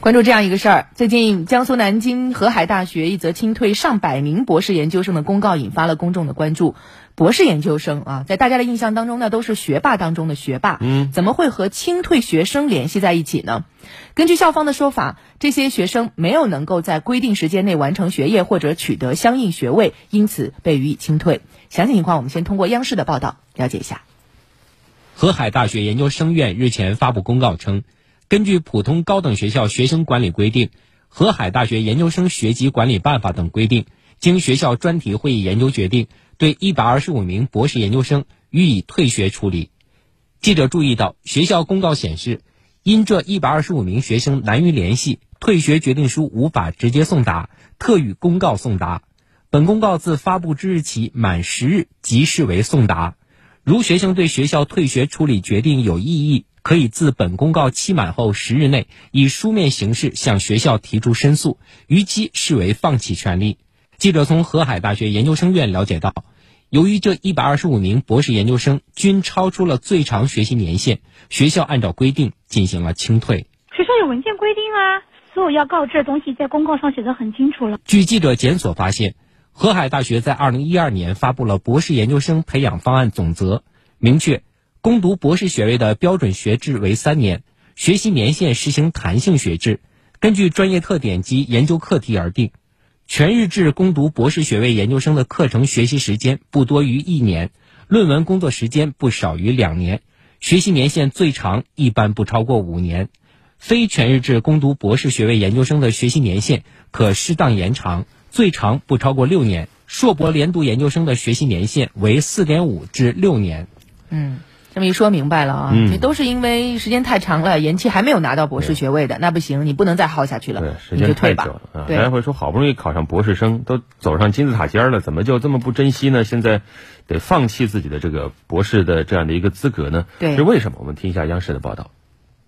关注这样一个事儿，最近江苏南京河海大学一则清退上百名博士研究生的公告引发了公众的关注。博士研究生啊，在大家的印象当中呢，都是学霸当中的学霸，怎么会和清退学生联系在一起呢？根据校方的说法，这些学生没有能够在规定时间内完成学业或者取得相应学位，因此被予以清退。详细情况我们先通过央视的报道了解一下。 河海大学研究生院日前发布公告称，根据普通高等学校学生管理规定、河海大学研究生学籍管理办法等规定，经学校专题会议研究决定，对125名博士研究生予以退学处理。记者注意到，学校公告显示，因这125名学生难于联系，退学决定书无法直接送达，特予公告送达。本公告自发布之日起满10日即视为送达。如学生对学校退学处理决定有异议，可以自本公告期满后10日内，以书面形式向学校提出申诉，逾期视为放弃权利。记者从河海大学研究生院了解到，由于这125名博士研究生均超出了最长学习年限，学校按照规定进行了清退。 学校有文件规定啊，所有要告知的东西在公告上写得很清楚了。 据记者检索发现，河海大学在2012年发布了博士研究生培养方案总则，明确攻读博士学位的标准学制为3年，学习年限实行弹性学制，根据专业特点及研究课题而定。全日制攻读博士学位研究生的课程学习时间不多于1年，论文工作时间不少于2年，学习年限最长一般不超过5年。非全日制攻读博士学位研究生的学习年限可适当延长，最长不超过6年。硕博连读研究生的学习年限为4.5至6年。 这么一说明白了啊，这都是因为时间太长了，延期还没有拿到博士学位的，那不行，你不能再耗下去了， 对，时间太久了啊！大家会说，好不容易考上博士生，都走上金字塔尖了，怎么就这么不珍惜呢？现在得放弃自己的这个博士的这样的一个资格呢？ 对， 是为什么？我们听一下央视的报道。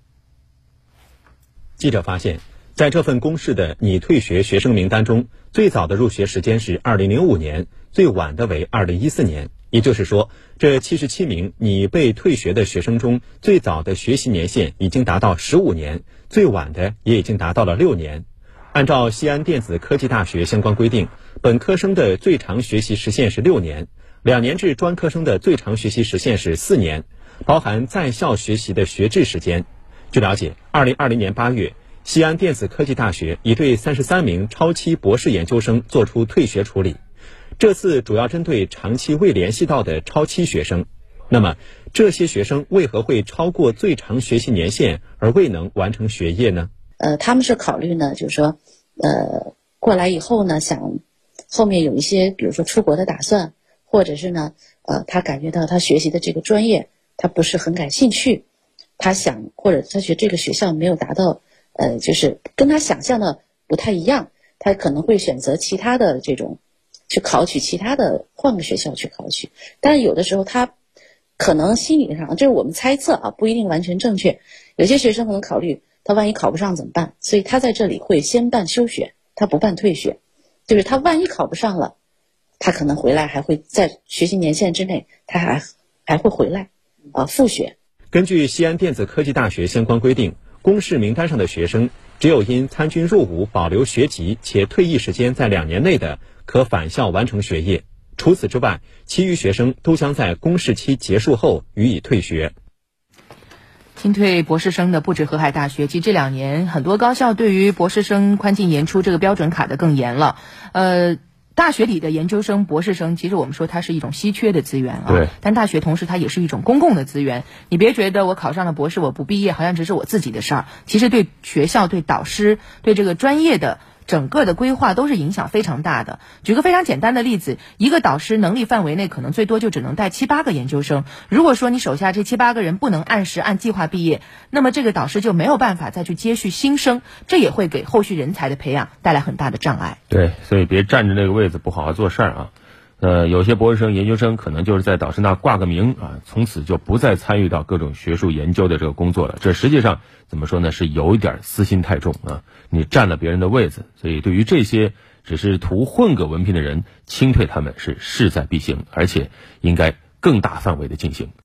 记者发现，在这份公示的拟退学学生名单中，最早的入学时间是2005年，最晚的为2014年。也就是说，这77名拟被退学的学生中，最早的学习年限已经达到15年，最晚的也已经达到了6年。按照西安电子科技大学相关规定，本科生的最长学习时限是6年，2年制专科生的最长学习时限是4年，包含在校学习的学制时间。据了解，2020年8月，西安电子科技大学已对33名超期博士研究生作出退学处理。这次主要针对长期未联系到的超期学生。那么，这些学生为何会超过最长学习年限而未能完成学业呢？ 他们是考虑呢，就是说，过来以后呢，想后面有一些，比如说出国的打算，或者是呢，他感觉到他学习的这个专业他不是很感兴趣，他想或者他觉得这个学校没有达到，就是跟他想象的不太一样，他可能会选择其他的这种。去考取其他的，换个学校去考取，但是有的时候他可能心理上，这是我们猜测啊，不一定完全正确。有些学生可能考虑他万一考不上怎么办，所以他在这里会先办休学，他不办退学，就是他万一考不上了，他可能回来还会在学习年限之内，他还会回来复学。 根据西安电子科技大学相关规定，公示名单上的学生，只有因参军入伍保留学籍且退役时间在2年内的，可返校完成学业。除此之外，其余学生都将在公示期结束后予以退学。 清退博士生的不止河海大学，其实这2年很多高校对于博士生宽进严出这个标准卡得更严了。大学里的研究生、博士生，其实我们说它是一种稀缺的资源啊。 对。 但大学同时它也是一种公共的资源。你别觉得我考上了博士，我不毕业，好像只是我自己的事儿。其实对学校、对导师、对这个专业的整个的规划都是影响非常大的。举个非常简单的例子，一个导师能力范围内可能最多就只能带7、8个研究生。如果说你手下这7、8个人不能按时按计划毕业，那么这个导师就没有办法再去接续新生，这也会给后续人才的培养带来很大的障碍。 对，所以别占着那个位子不好好做事儿啊。有些博士生、研究生可能就是在导师那挂个名啊，从此就不再参与到各种学术研究的这个工作了。这实际上怎么说呢？是有一点私心太重啊，你占了别人的位子。所以对于这些只是图混个文凭的人，清退他们是势在必行，而且应该更大范围的进行。